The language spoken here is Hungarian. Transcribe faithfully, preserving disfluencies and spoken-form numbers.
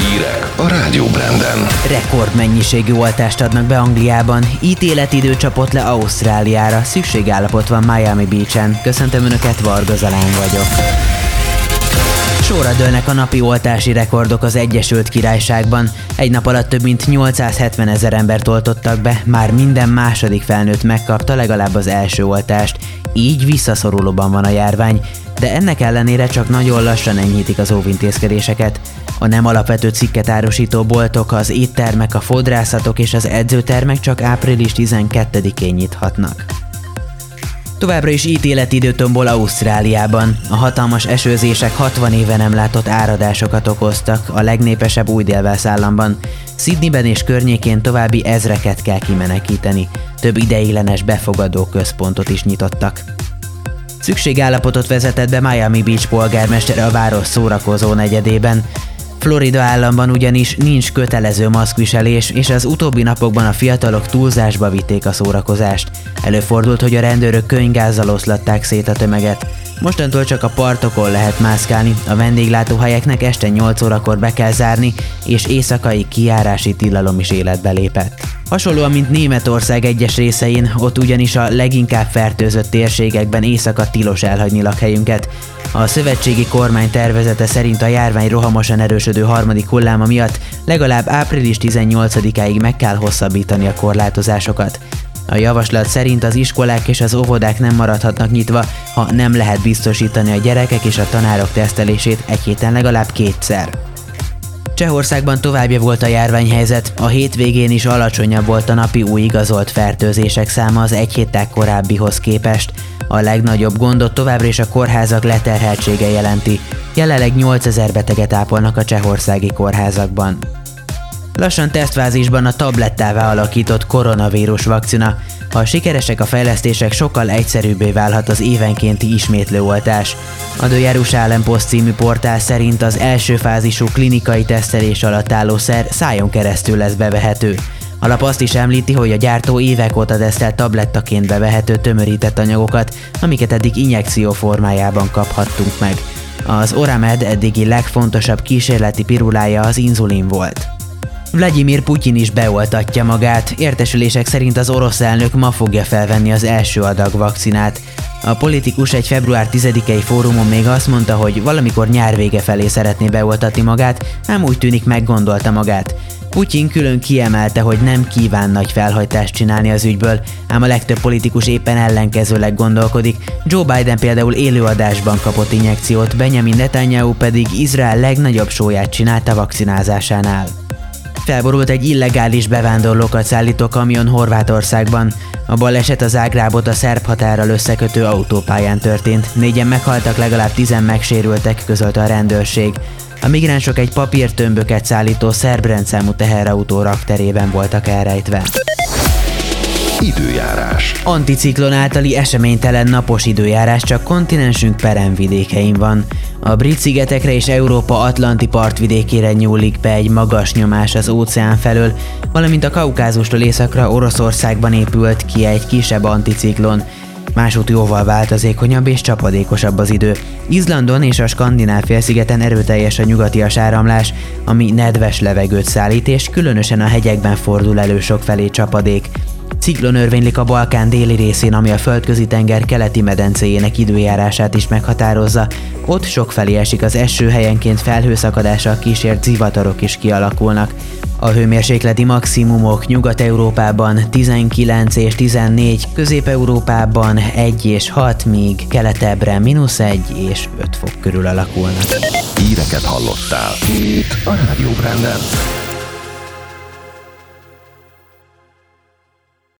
Hírek a Rádió Branden. Rekordmennyiségű oltást adnak be Angliában, ítéletidő csapott le Ausztráliára, szükségállapot van Miami Beach-en. Köszöntöm Önöket, Varga Zalán vagyok. Sorra dőlnek a napi oltási rekordok az Egyesült Királyságban. Egy nap alatt több mint nyolcszázhetven ezer embert oltottak be, már minden második felnőtt megkapta legalább az első oltást. Így visszaszorulóban van a járvány, de ennek ellenére csak nagyon lassan enyhítik az óvintézkedéseket. A nem alapvető cikket árusító boltok, az éttermek, a fodrászatok és az edzőtermek csak április tizenkettedikén nyithatnak. Továbbra is ítéletidő tombol Ausztráliában. A hatalmas esőzések hatvan éve nem látott áradásokat okoztak a legnépesebb Új-Dél-Wales államban. Sydneyben és környékén további ezreket kell kimenekíteni. Több ideiglenes befogadó központot is nyitottak. Szükségállapotot vezetett be Miami Beach polgármestere a város szórakozó negyedében. Florida államban ugyanis nincs kötelező maszkviselés, és az utóbbi napokban a fiatalok túlzásba vitték a szórakozást. Előfordult, hogy a rendőrök könyvgázzal oszlatták szét a tömeget. Mostantól csak a partokon lehet mászkálni, a vendéglátóhelyeknek este nyolc órakor be kell zárni, és éjszakai kijárási tilalom is életbe lépett. Hasonlóan, mint Németország egyes részein, ott ugyanis a leginkább fertőzött térségekben éjszaka tilos elhagyni lakhelyünket. A szövetségi kormány tervezete szerint a járvány rohamosan erősödő harmadik hulláma miatt legalább április tizennyolcadikáig meg kell hosszabbítani a korlátozásokat. A javaslat szerint az iskolák és az óvodák nem maradhatnak nyitva, ha nem lehet biztosítani a gyerekek és a tanárok tesztelését egy héten legalább kétszer. Csehországban továbbja volt a járványhelyzet, a hétvégén is alacsonyabb volt a napi új igazolt fertőzések száma az egy héttel korábbihoz képest. A legnagyobb gondot továbbra is a kórházak leterheltsége jelenti. Jelenleg nyolcezer beteget ápolnak a csehországi kórházakban. Lassan tesztfázisban a tablettává alakított koronavírus vakcina. Ha sikeresek a fejlesztések, sokkal egyszerűbbé válhat az évenkénti ismétlőoltás. A The Jerusalem Post című portál szerint az első fázisú klinikai tesztelés alatt álló szer szájon keresztül lesz bevehető. A lap azt is említi, hogy a gyártó évek óta tesztelt tablettaként bevehető tömörített anyagokat, amiket eddig injekció formájában kaphattunk meg. Az Oramed eddigi legfontosabb kísérleti pirulája az inzulin volt. Vladimir Putyin is beoltatja magát, értesülések szerint az orosz elnök ma fogja felvenni az első adag vakcinát. A politikus egy február tizedikei fórumon még azt mondta, hogy valamikor nyár vége felé szeretné beoltatni magát, ám úgy tűnik meggondolta magát. Putyin külön kiemelte, hogy nem kíván nagy felhajtást csinálni az ügyből, ám a legtöbb politikus éppen ellenkezőleg gondolkodik. Joe Biden például élőadásban kapott injekciót, Benjamin Netanyahu pedig Izrael legnagyobb sóját csinálta vakcinázásánál. Felborult egy illegális bevándorlókat szállító kamion Horvátországban. A baleset az Zágrábot a szerb határral összekötő autópályán történt. Négyen meghaltak, legalább tízen megsérültek, közölte a rendőrség. A migránsok egy papírtömböket szállító szerb rendszámú teherautó rakterében voltak elrejtve. Időjárás. Anticiklon általi eseménytelen napos időjárás csak kontinensünk peremvidékein van. A Brit-szigetekre és Európa atlanti partvidékére nyúlik be egy magas nyomás az óceán felől, valamint a Kaukázustól északra Oroszországban épült ki egy kisebb anticiklon. Másút jóval változékonyabb és csapadékosabb az idő. Izlandon és a Skandináv-félszigeten erőteljes a nyugatias áramlás, ami nedves levegőt szállít, és különösen a hegyekben fordul elő sokfelé csapadék. Ciklon örvénylik a Balkán déli részén, ami a Földközi-tenger keleti medencéjének időjárását is meghatározza. Ott sokfelé esik az eső, helyenként felhőszakadással kísért zivatarok is kialakulnak. A hőmérsékleti maximumok Nyugat-Európában tizenkilenc és tizennégy, Közép-Európában egy és hat, míg keletebbre mínusz egy és öt fok körül alakulnak. Híreket hallottál itt a Rádió Branden.